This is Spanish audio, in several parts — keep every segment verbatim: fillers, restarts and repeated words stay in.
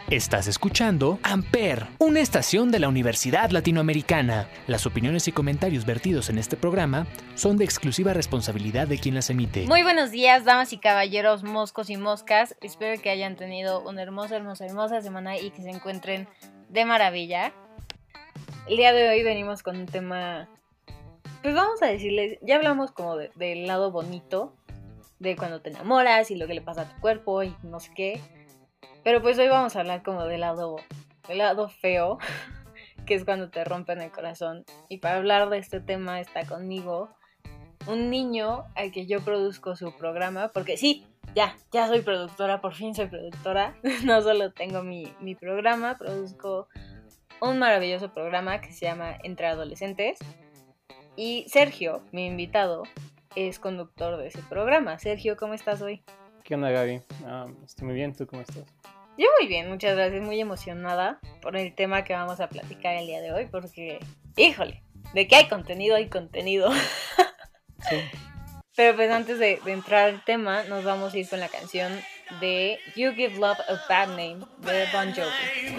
Estás escuchando Amper, una estación de la Universidad Latinoamericana. Las opiniones y comentarios vertidos en este programa son de exclusiva responsabilidad de quien las emite. Muy buenos días, damas y caballeros, moscos y moscas. Espero que hayan tenido una hermosa, hermosa, hermosa semana y que se encuentren de maravilla. El día de hoy venimos con un tema, pues vamos a decirles, ya hablamos como de, del lado bonito, de cuando te enamoras y lo que le pasa a tu cuerpo y no sé qué. Pero pues hoy vamos a hablar como del lado, del lado feo, que es cuando te rompen el corazón. Y para hablar de este tema está conmigo un niño al que yo produzco su programa, porque sí, ya, ya soy productora, por fin soy productora. No solo tengo mi, mi programa, produzco un maravilloso programa que se llama Entre Adolescentes. Y Sergio, mi invitado, es conductor de ese programa. Sergio, ¿cómo estás hoy? ¿Qué onda, Gaby? Um, estoy muy bien, ¿tú cómo estás? Yo muy bien, muchas gracias, muy emocionada por el tema que vamos a platicar el día de hoy, porque, híjole, de que hay contenido, hay contenido. Sí. Pero pues antes de, de entrar al tema, nos vamos a ir con la canción de You Give Love a Bad Name de Bon Jovi.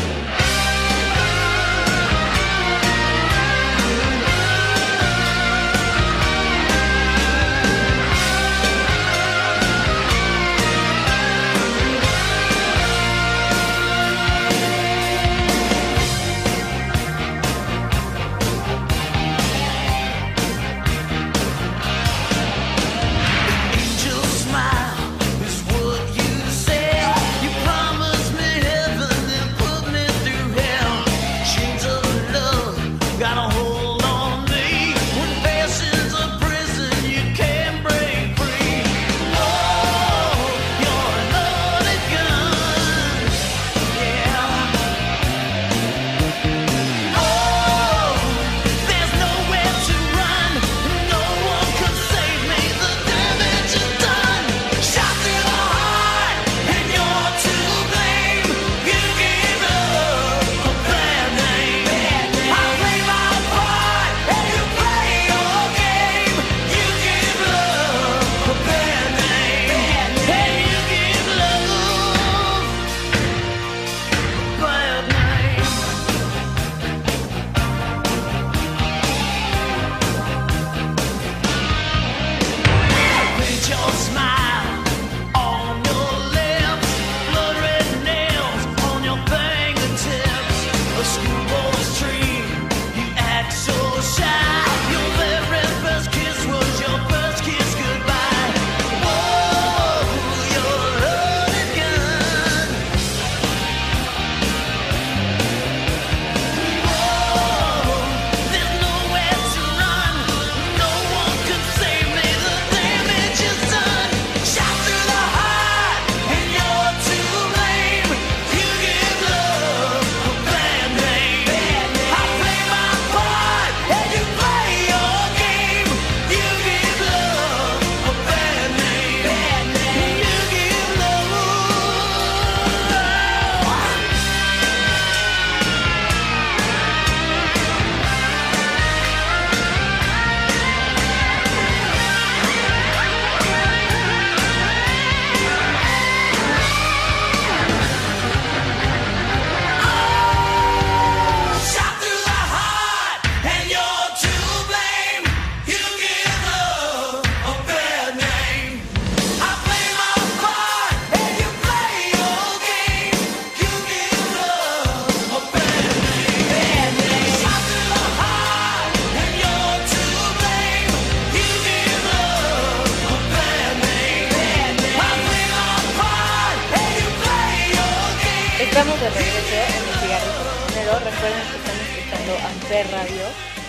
Estamos de regreso en el Cigarrito Cocinero. Recuerden que están escuchando Amper Radio.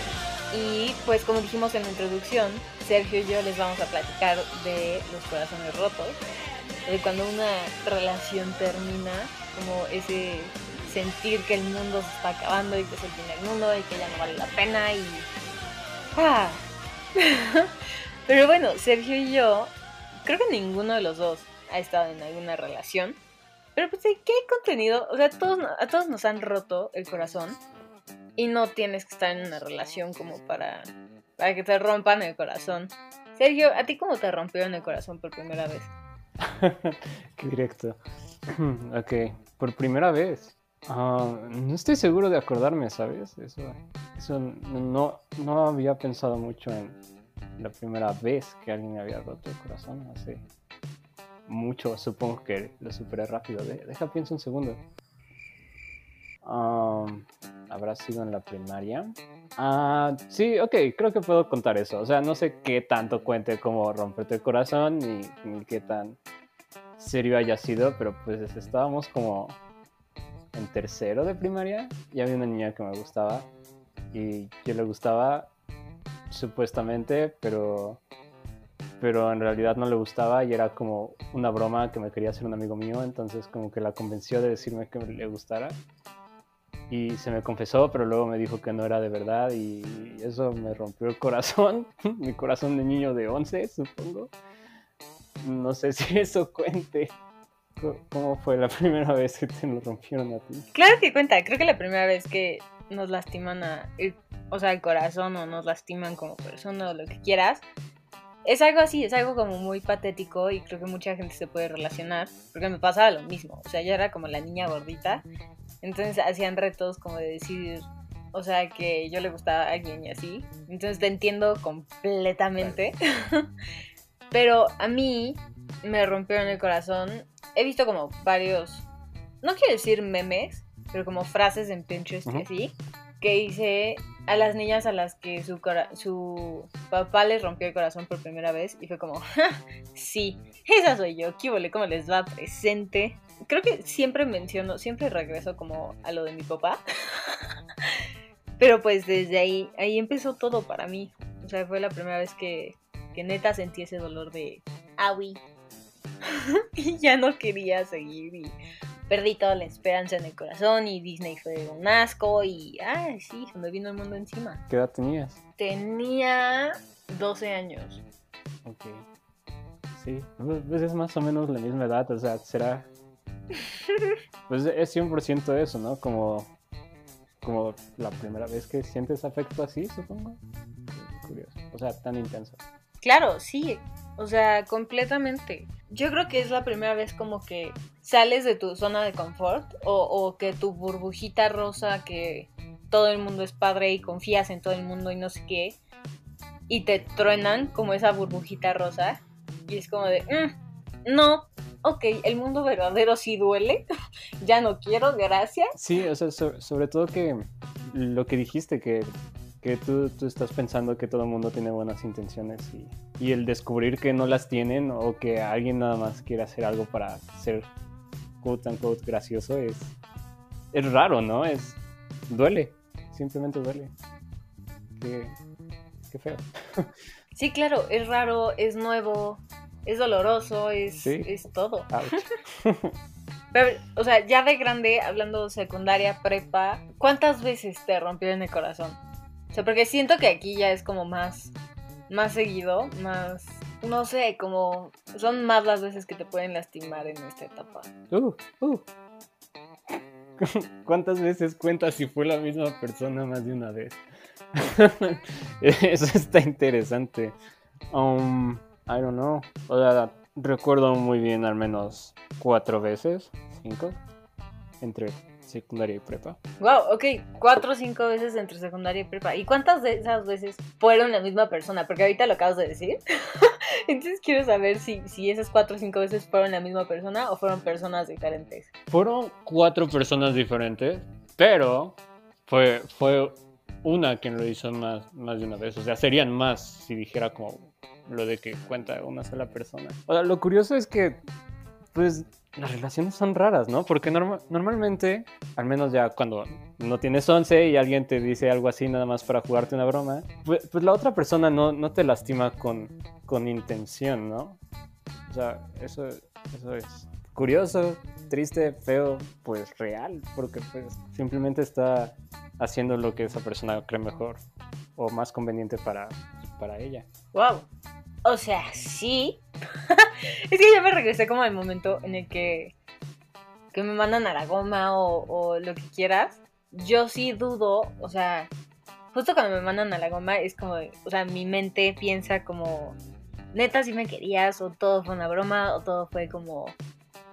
Y pues como dijimos en la introducción, Sergio y yo les vamos a platicar de los corazones rotos, de cuando una relación termina, como ese sentir que el mundo se está acabando y que es el fin del mundo y que ya no vale la pena y... ¡Ah! Pero bueno, Sergio y yo, creo que ninguno de los dos ha estado en alguna relación. Pero pues, ¿qué contenido? O sea, todos, a todos nos han roto el corazón y no tienes que estar en una relación como para, para que te rompan el corazón. Sergio, ¿a ti cómo te rompieron el corazón por primera vez? Qué directo. Ok. por primera vez. Uh, no estoy seguro de acordarme, ¿sabes? Eso, eso no, no había pensado mucho en la primera vez que alguien me había roto el corazón. Hace mucho, supongo que lo superé rápido. De, deja, pienso un segundo. Um, ¿Habrá sido en la primaria? Ah, uh, sí, ok, creo que puedo contar eso. O sea, no sé qué tanto cuente como romperte el corazón ni, ni qué tan serio haya sido, pero pues estábamos como en tercero de primaria y había una niña que me gustaba y yo le gustaba supuestamente, pero pero en realidad no le gustaba y era como una broma que me quería hacer un amigo mío, entonces como que la convenció de decirme que le gustara y se me confesó, pero luego me dijo que no era de verdad y eso me rompió el corazón, mi corazón de niño de once, supongo. No sé si eso cuente. ¿Cómo fue la primera vez que te lo rompieron a ti? Claro que cuenta, creo que la primera vez que nos lastiman a, el, o sea, el corazón o nos lastiman como persona o lo que quieras, es algo así, es algo como muy patético y creo que mucha gente se puede relacionar, porque me pasaba lo mismo, o sea, yo era como la niña gordita, entonces hacían retos como de decir, o sea, que yo le gustaba a alguien y así, entonces te entiendo completamente, vale. Pero a mí me rompieron el corazón. He visto como varios, no quiero decir memes, pero como frases en Pinterest uh-huh. y así, que dice a las niñas a las que su, cora- su papá les rompió el corazón por primera vez y fue como, sí, esa soy yo, ¿qué vole? ¿Cómo les va presente? Creo que siempre menciono, siempre regreso como a lo de mi papá, pero pues desde ahí, ahí empezó todo para mí, o sea, fue la primera vez que, que neta sentí ese dolor de, aui. Y ya no quería seguir y perdí toda la esperanza en el corazón y Disney fue un asco y ay sí, se me vino el mundo encima. ¿Qué edad tenías? Tenía doce años. Ok. Sí, pues es más o menos la misma edad, o sea, será... Pues es cien por ciento eso, ¿no? Como, como la primera vez que sientes afecto así, supongo. Curioso, o sea, tan intenso. Claro, sí, o sea, completamente. Yo creo que es la primera vez como que sales de tu zona de confort o, o que tu burbujita rosa, que todo el mundo es padre y confías en todo el mundo y no sé qué, y te truenan como esa burbujita rosa y es como de, mm, no, ok, el mundo verdadero sí duele, ya no quiero, gracias. Sí, o sea, so, sobre todo que lo que dijiste, que... que tú, tú estás pensando que todo el mundo tiene buenas intenciones y, y el descubrir que no las tienen o que alguien nada más quiere hacer algo para ser quote unquote gracioso es, es raro, ¿no? Es, duele, simplemente duele. Qué, qué feo. Sí, claro, es raro, es nuevo, es doloroso, es, ¿sí? Es todo. Pero, o sea, ya de grande, hablando secundaria, prepa, ¿cuántas veces te rompieron el corazón? O sea, porque siento que aquí ya es como más, más seguido, más, no sé, como son más las veces que te pueden lastimar en esta etapa. Uh, uh. ¿Cuántas veces cuentas si fue la misma persona más de una vez? Eso está interesante. Um, I don't know. O sea, recuerdo muy bien al menos cuatro veces, cinco, entre secundaria y prepa. Wow, ok, cuatro o cinco veces entre secundaria y prepa. ¿Y cuántas de esas veces fueron la misma persona? Porque ahorita lo acabas de decir. Entonces quiero saber si, si esas cuatro o cinco veces fueron la misma persona o fueron personas diferentes. Fueron cuatro personas diferentes, pero fue, fue una quien lo hizo más, más de una vez. O sea, serían más si dijera como lo de que cuenta una sola persona. O sea, lo curioso es que, pues, las relaciones son raras, ¿no? Porque norma- normalmente, al menos ya cuando no tienes once y alguien te dice algo así nada más para jugarte una broma, pues, pues la otra persona no, no te lastima con, con intención, ¿no? O sea, eso, eso es curioso, triste, feo, pues real, porque pues simplemente está haciendo lo que esa persona cree mejor o más conveniente para, para ella. Wow. O sea, sí. Es que ya me regresé como al momento en el que, que me mandan a la goma o, o lo que quieras. Yo sí dudo, o sea, justo cuando me mandan a la goma es como, o sea, mi mente piensa como, neta, si me querías, o todo fue una broma, o todo fue como,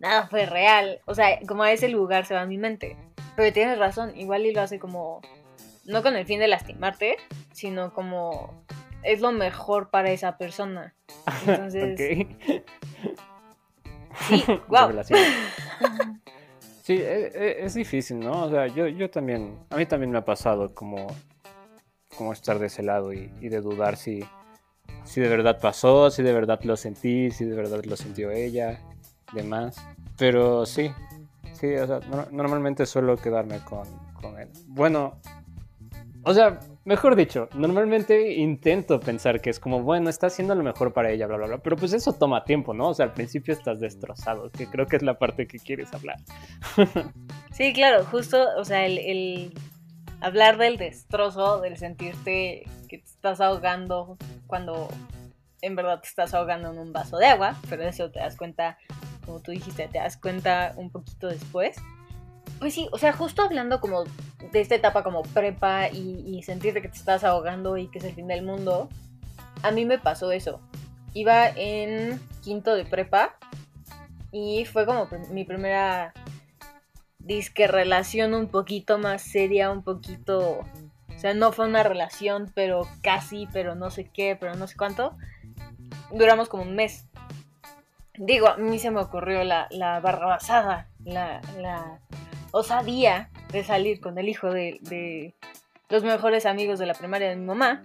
nada fue real. O sea, como a ese lugar se va mi mente. Pero tienes razón, igual y lo hace como, no con el fin de lastimarte, sino como es lo mejor para esa persona. Entonces, Ok. sí, wow. Revelación. Sí, es, es difícil, ¿no? O sea, yo, yo también, a mí también me ha pasado como, como estar de ese lado y, y de dudar si, si de verdad pasó, si de verdad lo sentí, si de verdad lo sintió ella, demás. Pero sí, sí, o sea, no- normalmente suelo quedarme con, con él. Bueno, o sea, mejor dicho, normalmente intento pensar que es como, bueno, está haciendo lo mejor para ella, bla, bla, bla. Pero pues eso toma tiempo, ¿no? O sea, al principio estás destrozado, que creo que es la parte que quieres hablar. Sí, claro, justo, o sea, el, el hablar del destrozo, del sentirte que te estás ahogando cuando en verdad te estás ahogando en un vaso de agua, pero eso te das cuenta, como tú dijiste, te das cuenta un poquito después. Pues sí, o sea, justo hablando como de esta etapa como prepa y, y sentirte que te estás ahogando y que es el fin del mundo, a mí me pasó eso. Iba en quinto de prepa y fue como pr- mi primera disque relación un poquito más seria, un poquito... O sea, no fue una relación, pero casi, pero no sé qué, pero no sé cuánto. Duramos como un mes. Digo, a mí se me ocurrió la, la barrabasada, la, la osadía de salir con el hijo de, de los mejores amigos de la primaria de mi mamá.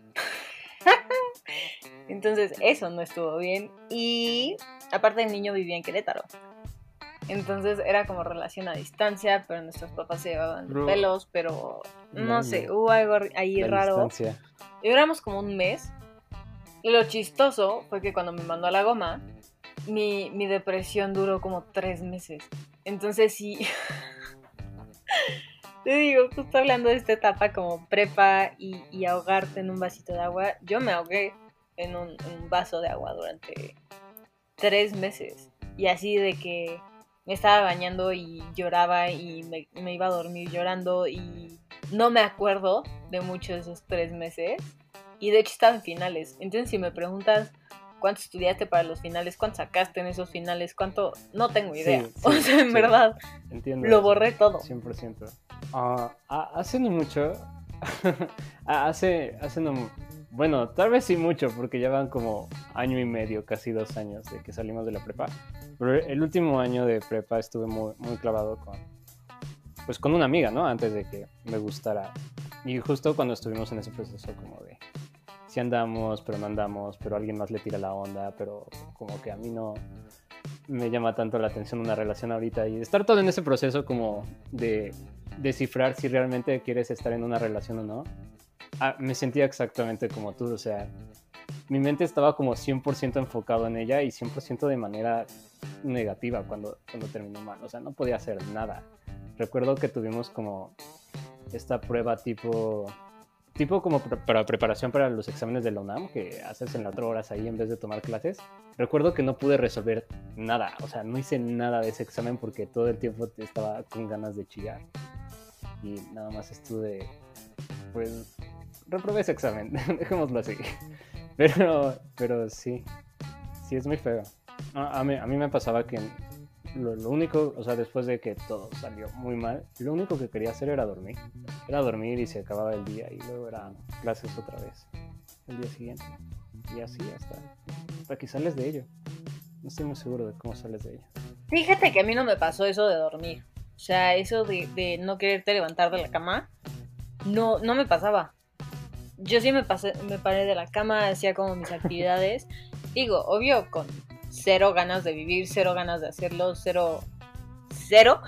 Entonces eso no estuvo bien. Y aparte el niño vivía en Querétaro. Entonces era como relación a distancia, pero nuestros papás se llevaban de Bro. pelos, pero no No, sé, no. hubo algo ahí La raro. distancia. Y duramos como un mes. Y lo chistoso fue que cuando me mandó a la goma, mi, mi depresión duró como tres meses. Entonces sí, te digo, justo hablando de esta etapa como prepa y, y ahogarte en un vasito de agua, yo me ahogué en un, en un vaso de agua durante tres meses. Y así de que me estaba bañando y lloraba y me, me iba a dormir llorando y no me acuerdo de mucho de esos tres meses. Y de hecho estaba en finales. Entonces si me preguntas cuánto estudiaste para los finales, cuánto sacaste en esos finales, cuánto... No tengo idea. Sí, sí, o sea, en sí. verdad, Entiendo lo eso, borré todo. cien por ciento. Ah, ha- hace no mucho, ah, hace, hace no, bueno, tal vez sí mucho, porque ya van como año y medio, casi dos años de que salimos de la prepa. Pero el último año de prepa estuve muy, muy clavado con, pues con una amiga, ¿no? Antes de que me gustara. Y justo cuando estuvimos en ese proceso como de, si andamos, pero no andamos, pero alguien más le tira la onda, pero como que a mí no me llama tanto la atención una relación ahorita y estar todo en ese proceso como de descifrar si realmente quieres estar en una relación o no. Ah, me sentía exactamente como tú, o sea, mi mente estaba como cien por ciento enfocado en ella y cien por ciento de manera negativa cuando, cuando terminó mal, o sea, no podía hacer nada. Recuerdo que tuvimos como esta prueba tipo tipo como pre- para preparación para los exámenes de la UNAM, que haces en las otras horas ahí en vez de tomar clases. Recuerdo que no pude resolver nada, o sea, no hice nada de ese examen porque todo el tiempo estaba con ganas de chillar. Y nada más estuve, pues, reprobé ese examen, dejémoslo así. Pero, pero sí, sí es muy feo. A, a mí, a mí me pasaba que lo, lo único, o sea, después de que todo salió muy mal, lo único que quería hacer era dormir. Era dormir y se acababa el día y luego eran clases otra vez el día siguiente. Y así hasta, hasta que sales de ello. No estoy muy seguro de cómo sales de ello. Fíjate que a mí no me pasó eso de dormir. O sea, eso de, de no quererte levantar de la cama, no, no me pasaba. Yo sí me, pasé, me paré de la cama, hacía como mis actividades. Digo, obvio, con cero ganas de vivir, cero ganas de hacerlo, cero, cero.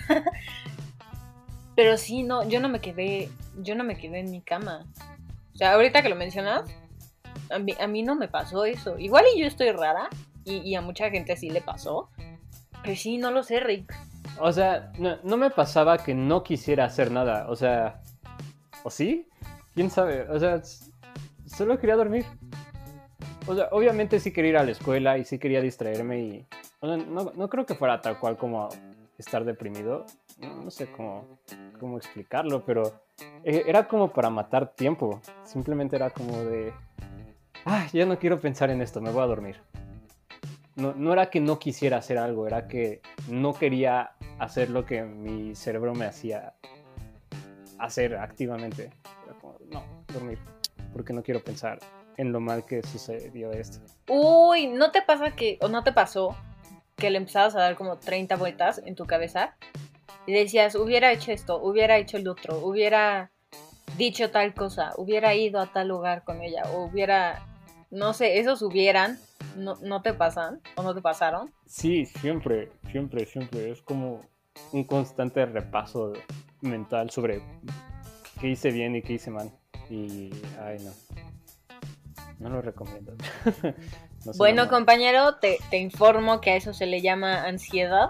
Pero sí, no, yo no me quedé, yo no me quedé en mi cama. O sea, ahorita que lo mencionas, a mí, a mí no me pasó eso. Igual y yo estoy rara, y, y a mucha gente sí le pasó. Pero sí, no lo sé, Rick. O sea, no, no me pasaba que no quisiera hacer nada. O sea, ¿o sí? ¿Quién sabe? O sea, s- solo quería dormir. O sea, obviamente sí quería ir a la escuela y sí quería distraerme y... O sea, no, no creo que fuera tal cual como estar deprimido. No, no sé cómo, cómo explicarlo, pero eh, era como para matar tiempo. Simplemente era como de... Ah, ya no quiero pensar en esto, me voy a dormir. no, no era que no quisiera hacer algo, era que no quería hacer lo que mi cerebro me hacía hacer activamente. Era como, no, dormir, porque no quiero pensar en lo mal que sucedió esto. Uy, ¿no te pasa que, o no te pasó, que le empezabas a dar como treinta vueltas en tu cabeza? Y decías, hubiera hecho esto, hubiera hecho el otro, hubiera dicho tal cosa, hubiera ido a tal lugar con ella, o hubiera, no sé, esos hubieran, no, no te pasan, o no te pasaron. Sí, siempre, siempre, siempre. Es como un constante repaso mental sobre qué hice bien y qué hice mal. Y, ay, no. No lo recomiendo. No se Bueno, enamora. compañero, te, te informo que a eso se le llama ansiedad.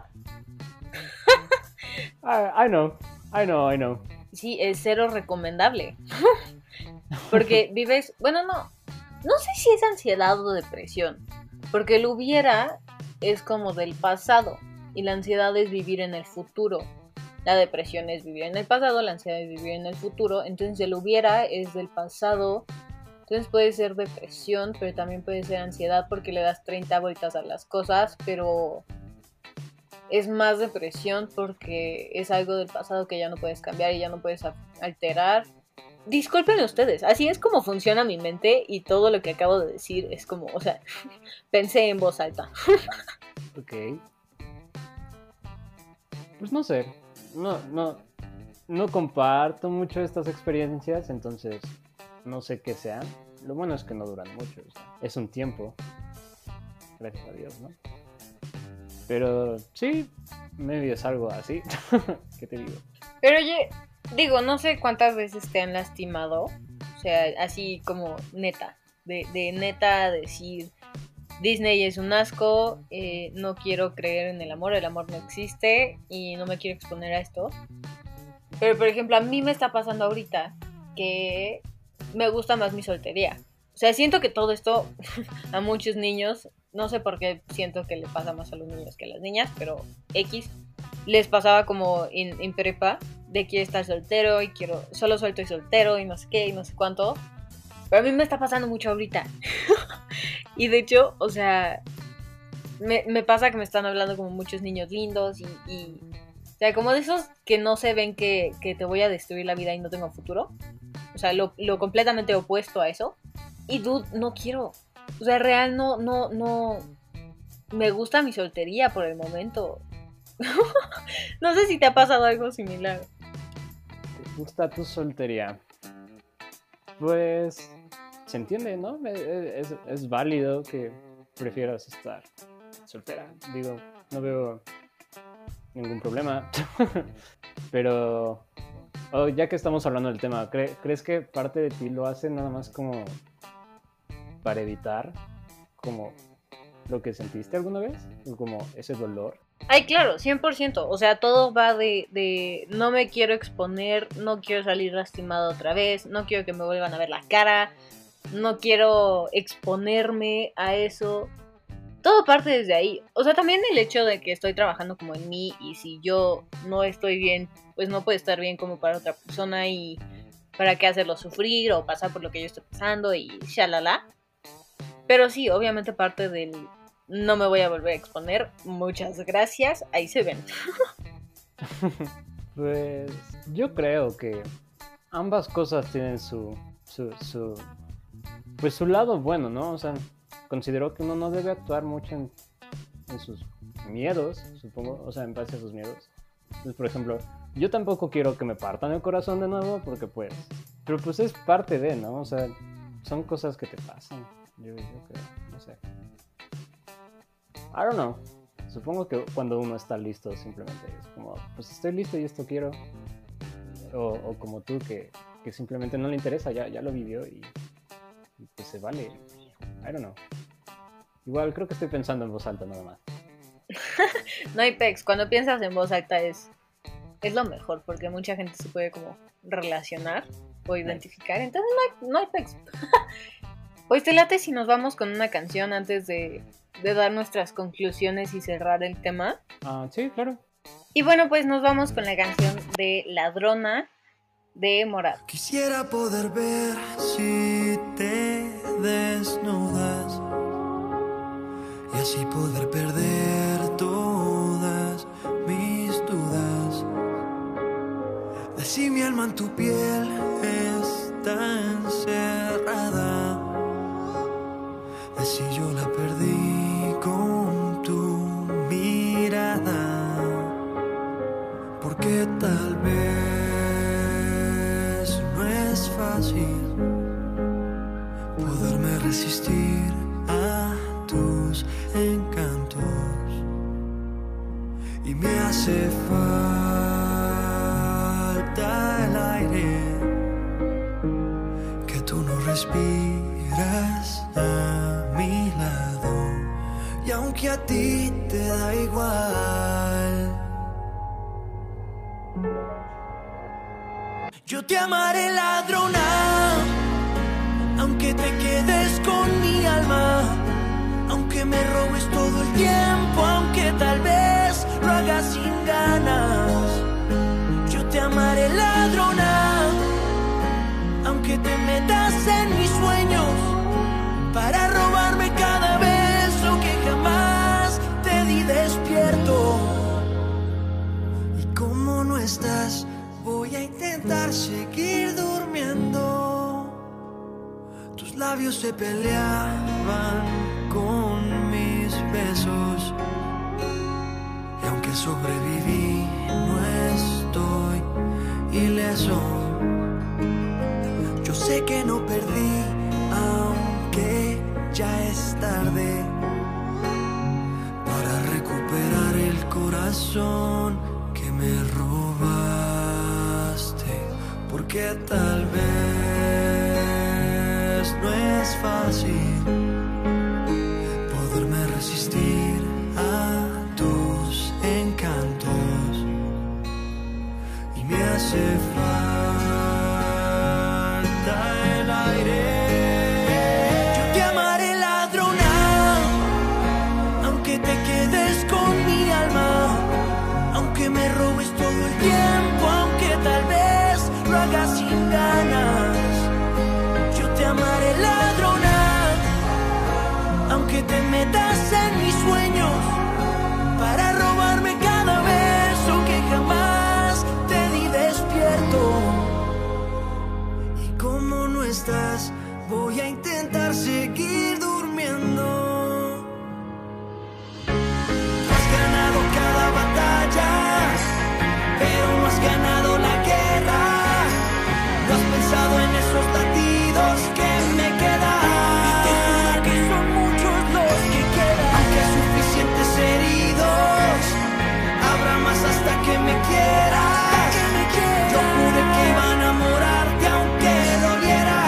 I, I know, I know, I know. Sí, es cero recomendable. Porque vives, bueno, no, no sé si es ansiedad o depresión. Porque el hubiera es como del pasado y la ansiedad es vivir en el futuro. La depresión es vivir en el pasado, la ansiedad es vivir en el futuro. Entonces el hubiera es del pasado. Entonces puede ser depresión, pero también puede ser ansiedad porque le das treinta vueltas a las cosas, pero es más depresión porque es algo del pasado que ya no puedes cambiar y ya no puedes alterar. Disculpen ustedes, así es como funciona mi mente y todo lo que acabo de decir es como, o sea, pensé en voz alta. Ok. Pues no sé, no, no, no comparto mucho estas experiencias, entonces no sé qué sean. Lo bueno es que no duran mucho, o sea, es un tiempo, gracias a Dios, ¿no? Pero sí, maybe es algo así. ¿Qué te digo? Pero oye, digo, no sé cuántas veces te han lastimado, o sea, así como neta, de, de neta decir, Disney es un asco, eh, no quiero creer en el amor, el amor no existe y no me quiero exponer a esto. Pero por ejemplo, a mí me está pasando ahorita que me gusta más mi soltería. O sea, siento que todo esto a muchos niños, no sé por qué siento que le pasa más a los niños que a las niñas, pero X, les pasaba como en, en prepa, de quiero estar soltero y quiero, solo suelto y soltero y no sé qué y no sé cuánto. Pero a mí me está pasando mucho ahorita. Y de hecho, o sea, me, me pasa que me están hablando como muchos niños lindos y, y o sea, como de esos que no se ven que, que te voy a destruir la vida y no tengo futuro. O sea, lo, lo completamente opuesto a eso. Y dude, no quiero. O sea, real no, no, no. Me gusta mi soltería por el momento. No sé si te ha pasado algo similar. ¿Te gusta tu soltería? Pues se entiende, ¿no? Es, es válido que prefieras estar soltera. Digo, no veo ningún problema. Pero oh, ya que estamos hablando del tema, ¿cre- ¿crees que parte de ti lo hace nada más como para evitar como lo que sentiste alguna vez? Como ese dolor. Ay, claro, cien por ciento. O sea, todo va de, de no me quiero exponer, no quiero salir lastimado otra vez, no quiero que me vuelvan a ver la cara, no quiero exponerme a eso. Todo parte desde ahí. O sea, también el hecho de que estoy trabajando como en mí y si yo no estoy bien, pues no puede estar bien como para otra persona y para qué hacerlo sufrir o pasar por lo que yo estoy pasando y shalala. Pero sí, obviamente parte del no me voy a volver a exponer. Muchas gracias. Ahí se ven. Pues yo creo que ambas cosas tienen su, su, su, pues su lado bueno, ¿no? O sea, considero que uno no debe actuar mucho en, en sus miedos, supongo, o sea, en base a sus miedos. Entonces, por ejemplo, yo tampoco quiero que me partan el corazón de nuevo porque pues, pero pues es parte de, ¿no? O sea, son cosas que te pasan, yo, yo creo, no sé. I don't know. Supongo que cuando uno está listo simplemente es como, pues estoy listo y esto quiero. O, o como tú que, que simplemente no le interesa, ya, ya lo vivió y, y pues se vale. I don't know. Igual creo que estoy pensando en voz alta nada más. No hay pex. Cuando piensas en voz alta es, es lo mejor porque mucha gente se puede como relacionar o identificar. Entonces no hay, no hay pex. Pues te late si nos vamos con una canción antes de, de dar nuestras conclusiones y cerrar el tema. Ah, sí, claro. Y bueno, pues nos vamos con la canción de Ladrona de Morat. Quisiera poder ver si te desnudas y así poder perder todas mis dudas de si mi alma en tu piel está encerrada, de si yo la perdí con tu mirada, porque tal vez no es fácil poderme resistir a tus encantos y me hace falta el aire que tú no respiras a mi lado, y aunque a ti te da igual, yo te amaré, ladrona, aunque te quedes con mi alma, aunque me robes todo el tiempo, aunque tal vez lo hagas sin ganas. Yo te amaré, ladrona, aunque te metas en mis sueños para robarme cada beso que jamás te di despierto. Y como no estás, voy a intentar seguir durmiendo. Tus labios se peleaban con mis besos, y aunque sobreviví no estoy ileso. Yo sé que no perdí, aunque ya es tarde, para recuperar el corazón que me robaste, porque tal vez no es fácil poderme resistir a tus encantos, y me hace falta el aire. Yo te amaré, ladrona, aunque te quedes con mi alma, aunque me robes todo el tiempo, aunque tal vez lo hagas sin ganas. Yo te amaré, ladrona, aunque te metas en mis sueños para robarme cada beso que jamás te di despierto. Y como no estás, voy a intentar seguir durmiendo. Tú has ganado cada batalla, pero no has ganado la guerra. No has pensado en esos latidos que me quedan, y te juro que son muchos los que quedan. Aunque suficientes heridos, habrá más hasta que me quieras. Yo juré que iba a enamorarte aunque doliera.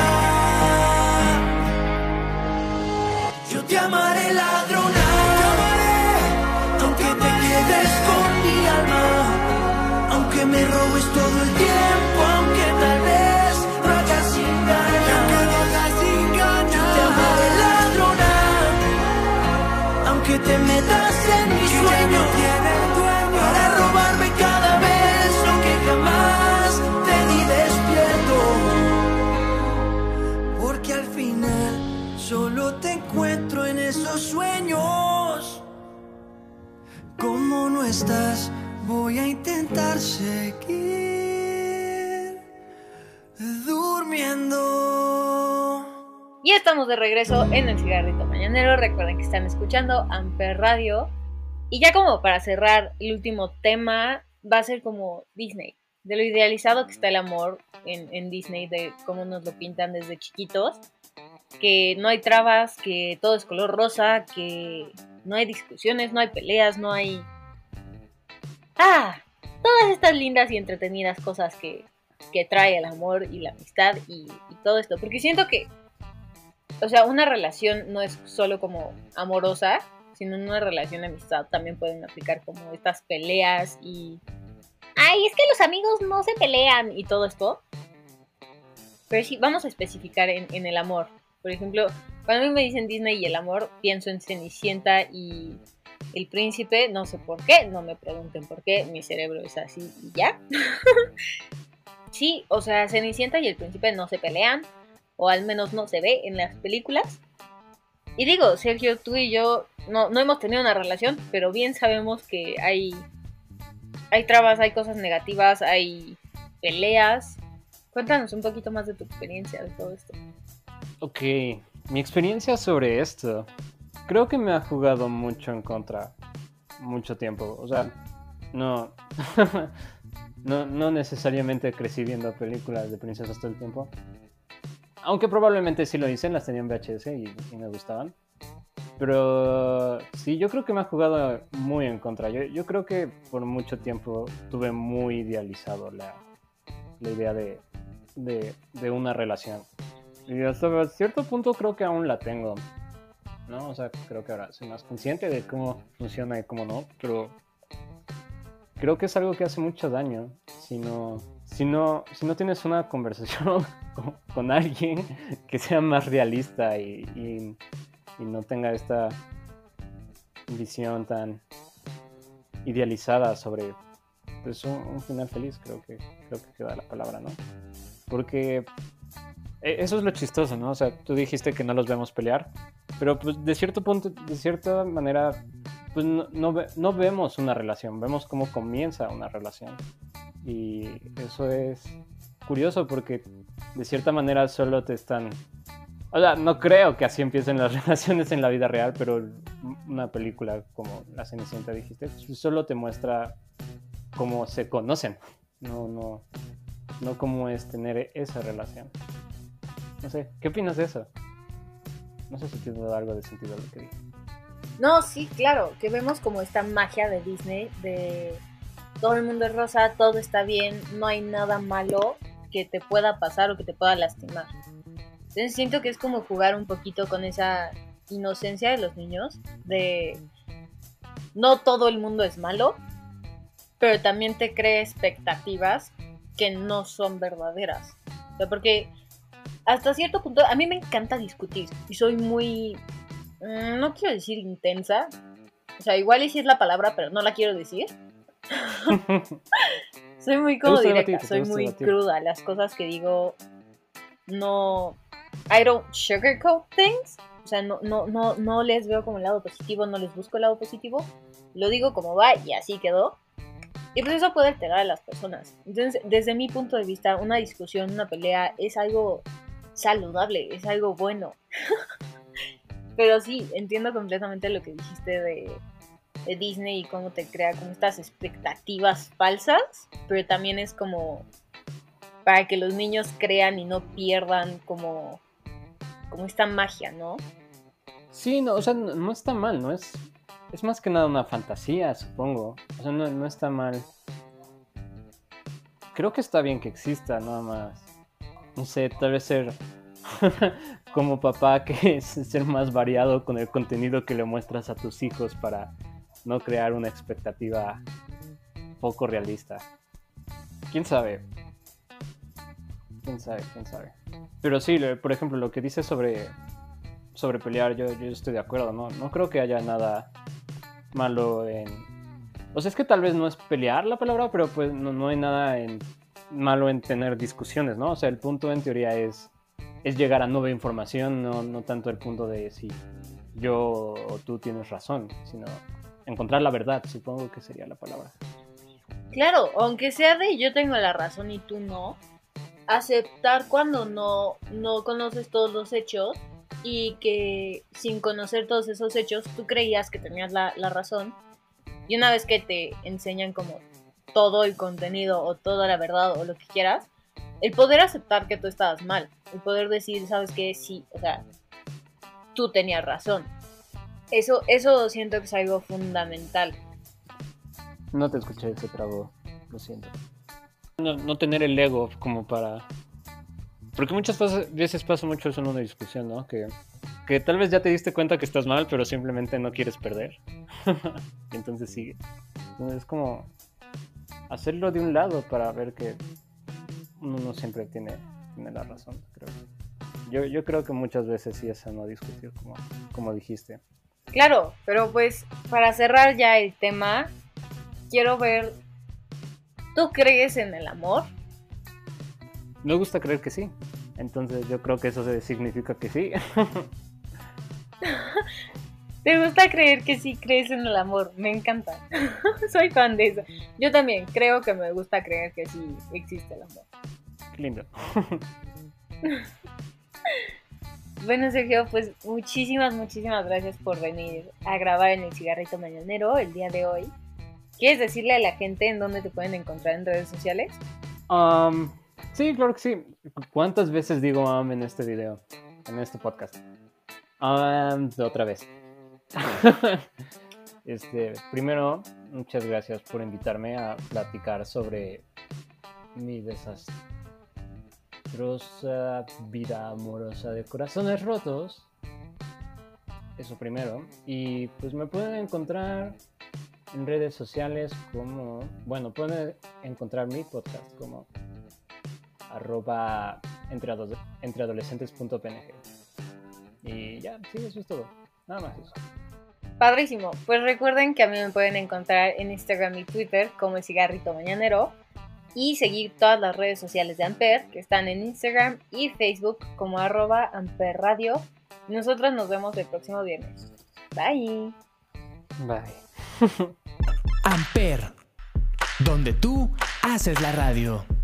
Yo te amaré, ladrona, aunque te quedes con mi alma, aunque me robes todo el tiempo, aunque tal vez lo hagas sin ganas. Yo te amaré, ladrona, aunque te metas en mis sueños para robarme cada beso que jamás te di despierto. Porque al final solo te encuentro en esos sueños. Como no estás, voy a intentar seguir durmiendo. Y estamos de regreso en el Cigarrito Mañanero. Recuerden que están escuchando Amper Radio. Y ya como para cerrar, el último tema va a ser como Disney, de lo idealizado que está el amor en, en Disney, de cómo nos lo pintan desde chiquitos, que no hay trabas, que todo es color rosa, que no hay discusiones, no hay peleas, no hay... Ah, todas estas lindas y entretenidas cosas que, que trae el amor y la amistad y, y todo esto. Porque siento que, o sea, una relación no es solo como amorosa, sino en una relación de amistad también pueden aplicar como estas peleas y... ¡Ay, es que los amigos no se pelean! Y todo esto. Pero sí, vamos a especificar en, en el amor. Por ejemplo, cuando a mí me dicen Disney y el amor, pienso en Cenicienta y el príncipe. No sé por qué, no me pregunten por qué, mi cerebro es así y ya. Sí, o sea, Cenicienta y el príncipe no se pelean, o al menos no se ve en las películas. Y digo, Sergio, tú y yo no, no hemos tenido una relación, pero bien sabemos que hay, hay trabas, hay cosas negativas, hay peleas. Cuéntanos un poquito más de tu experiencia de todo esto. Ok, mi experiencia sobre esto, creo que me ha jugado mucho en contra, mucho tiempo. O sea, no, no, no necesariamente crecí viendo películas de princesas todo el tiempo. Aunque probablemente sí lo hice, las tenía en V H S y, y me gustaban. Pero sí, yo creo que me ha jugado muy en contra. Yo, yo creo que por mucho tiempo tuve muy idealizado la, la idea de, de, de una relación. Y hasta cierto punto creo que aún la tengo, ¿no? O sea, creo que ahora soy más consciente de cómo funciona y cómo no, pero creo que es algo que hace mucho daño si no, si no, si no tienes una conversación con, con alguien que sea más realista y, y, y no tenga esta visión tan idealizada sobre pues, un, un final feliz, creo que, creo que queda la palabra, ¿no? Porque eso es lo chistoso, ¿no? O sea, tú dijiste que no los vemos pelear, pero pues de cierto punto, de cierta manera, pues no, no, ve, no vemos una relación, vemos cómo comienza una relación. Y eso es curioso porque de cierta manera solo te están... O sea, no creo que así empiecen las relaciones en la vida real, pero una película como La Cenicienta, dijiste, solo te muestra cómo se conocen, no, no, no cómo es tener esa relación. No sé, ¿qué opinas de eso? No sé si tiene algo de sentido lo que dije. No, sí, claro, que vemos como esta magia de Disney, de todo el mundo es rosa, todo está bien, no hay nada malo que te pueda pasar o que te pueda lastimar. Entonces siento que es como jugar un poquito con esa inocencia de los niños, de no todo el mundo es malo, pero también te crea expectativas que no son verdaderas. O sea, porque hasta cierto punto, a mí me encanta discutir y soy muy, no quiero decir intensa, o sea, igual y sí es la palabra, pero no la quiero decir. Soy muy como directa, debatir, soy muy debatir. cruda, las cosas que digo, no, I don't sugarcoat things, o sea, no, no, no, no les veo como el lado positivo, no les busco el lado positivo, lo digo como va y así quedó. Y pues eso puede alterar a las personas. Entonces, desde mi punto de vista, una discusión, una pelea es algo saludable, es algo bueno. Pero sí, entiendo completamente lo que dijiste de, de Disney y cómo te crea como estas expectativas falsas, pero también es como para que los niños crean y no pierdan como, como esta magia, ¿no? Sí, no, o sea, no, no está mal, ¿no? Es, es más que nada una fantasía, supongo. O sea, no, no está mal. Creo que está bien que exista, nada más. No sé, tal vez ser como papá, que es ser más variado con el contenido que le muestras a tus hijos para no crear una expectativa poco realista. ¿Quién sabe? ¿Quién sabe? ¿Quién sabe? Pero sí, por ejemplo, lo que dices sobre, sobre pelear, yo, yo estoy de acuerdo, ¿no? No creo que haya nada malo en... O sea, es que tal vez no es pelear la palabra, pero pues no, no hay nada en... malo en tener discusiones, ¿no? O sea, el punto en teoría es, es llegar a nueva información, no, no tanto el punto de si yo o tú tienes razón, sino encontrar la verdad, supongo que sería la palabra. Claro, aunque sea de yo tengo la razón y tú no, aceptar cuando no, no conoces todos los hechos y que sin conocer todos esos hechos tú creías que tenías la, la razón, y una vez que te enseñan como todo el contenido o toda la verdad o lo que quieras, el poder aceptar que tú estabas mal, el poder decir, ¿sabes qué? Sí, o sea, tú tenías razón. Eso, eso siento que es algo fundamental. No te escuché, se trabó, lo siento. No, no tener el ego como para... Porque muchas veces pasa mucho eso en una discusión, ¿no? Que, que tal vez ya te diste cuenta que estás mal, pero simplemente no quieres perder. Y entonces sigue. Entonces es como... hacerlo de un lado para ver que uno no siempre tiene, tiene la razón, creo. Yo, yo creo que muchas veces sí es no discutir, como, como dijiste. Claro, pero pues para cerrar ya el tema, quiero ver, ¿tú crees en el amor? Me gusta creer que sí, entonces yo creo que eso significa que sí. Te gusta creer que sí crees en el amor. Me encanta. Soy fan de eso. Yo también creo que me gusta creer que sí existe el amor. Lindo. Bueno, Sergio, pues muchísimas, muchísimas gracias por venir a grabar en El Cigarrito Mañanero el día de hoy. ¿Quieres decirle a la gente en dónde te pueden encontrar en redes sociales? Um, sí, claro que sí. ¿Cuántas veces digo um en este video? En este podcast. Um, otra vez. este, primero, muchas gracias por invitarme a platicar sobre mi desastrosa vida amorosa de corazones rotos. Eso primero. Y pues me pueden encontrar en redes sociales como, bueno, pueden encontrar mi podcast como arroba entre, entre adolescentes punto p n g. Y ya, sí, eso es todo. Nada más eso. Padrísimo. Pues recuerden que a mí me pueden encontrar en Instagram y Twitter como El Cigarrito Mañanero y seguir todas las redes sociales de Amper que están en Instagram y Facebook como arroba Amper Radio. Nosotros nos vemos el próximo viernes. Bye. Bye. Amper, donde tú haces la radio.